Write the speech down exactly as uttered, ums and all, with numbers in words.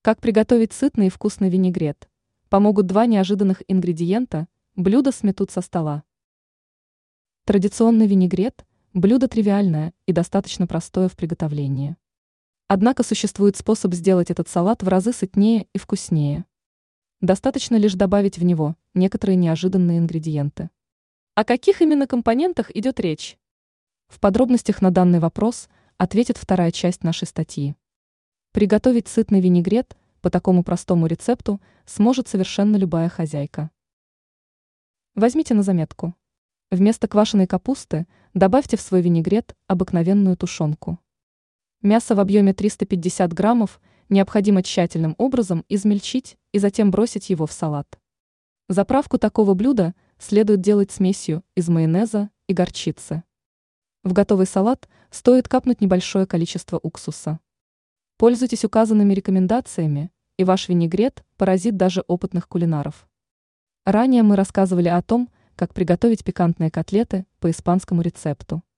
Как приготовить сытный и вкусный винегрет? Помогут два неожиданных ингредиента, блюдо сметут со стола. Традиционный винегрет – блюдо тривиальное и достаточно простое в приготовлении. Однако существует способ сделать этот салат в разы сытнее и вкуснее. Достаточно лишь добавить в него некоторые неожиданные ингредиенты. О каких именно компонентах идет речь? В подробностях на данный вопрос ответит вторая часть нашей статьи. Приготовить сытный винегрет по такому простому рецепту сможет совершенно любая хозяйка. Возьмите на заметку. Вместо квашеной капусты добавьте в свой винегрет обыкновенную тушенку. Мясо в объеме триста пятьдесят граммов необходимо тщательным образом измельчить и затем бросить его в салат. Заправку такого блюда следует делать смесью из майонеза и горчицы. В готовый салат стоит капнуть небольшое количество уксуса. Пользуйтесь указанными рекомендациями, и ваш винегрет поразит даже опытных кулинаров. Ранее мы рассказывали о том, как приготовить пикантные котлеты по испанскому рецепту.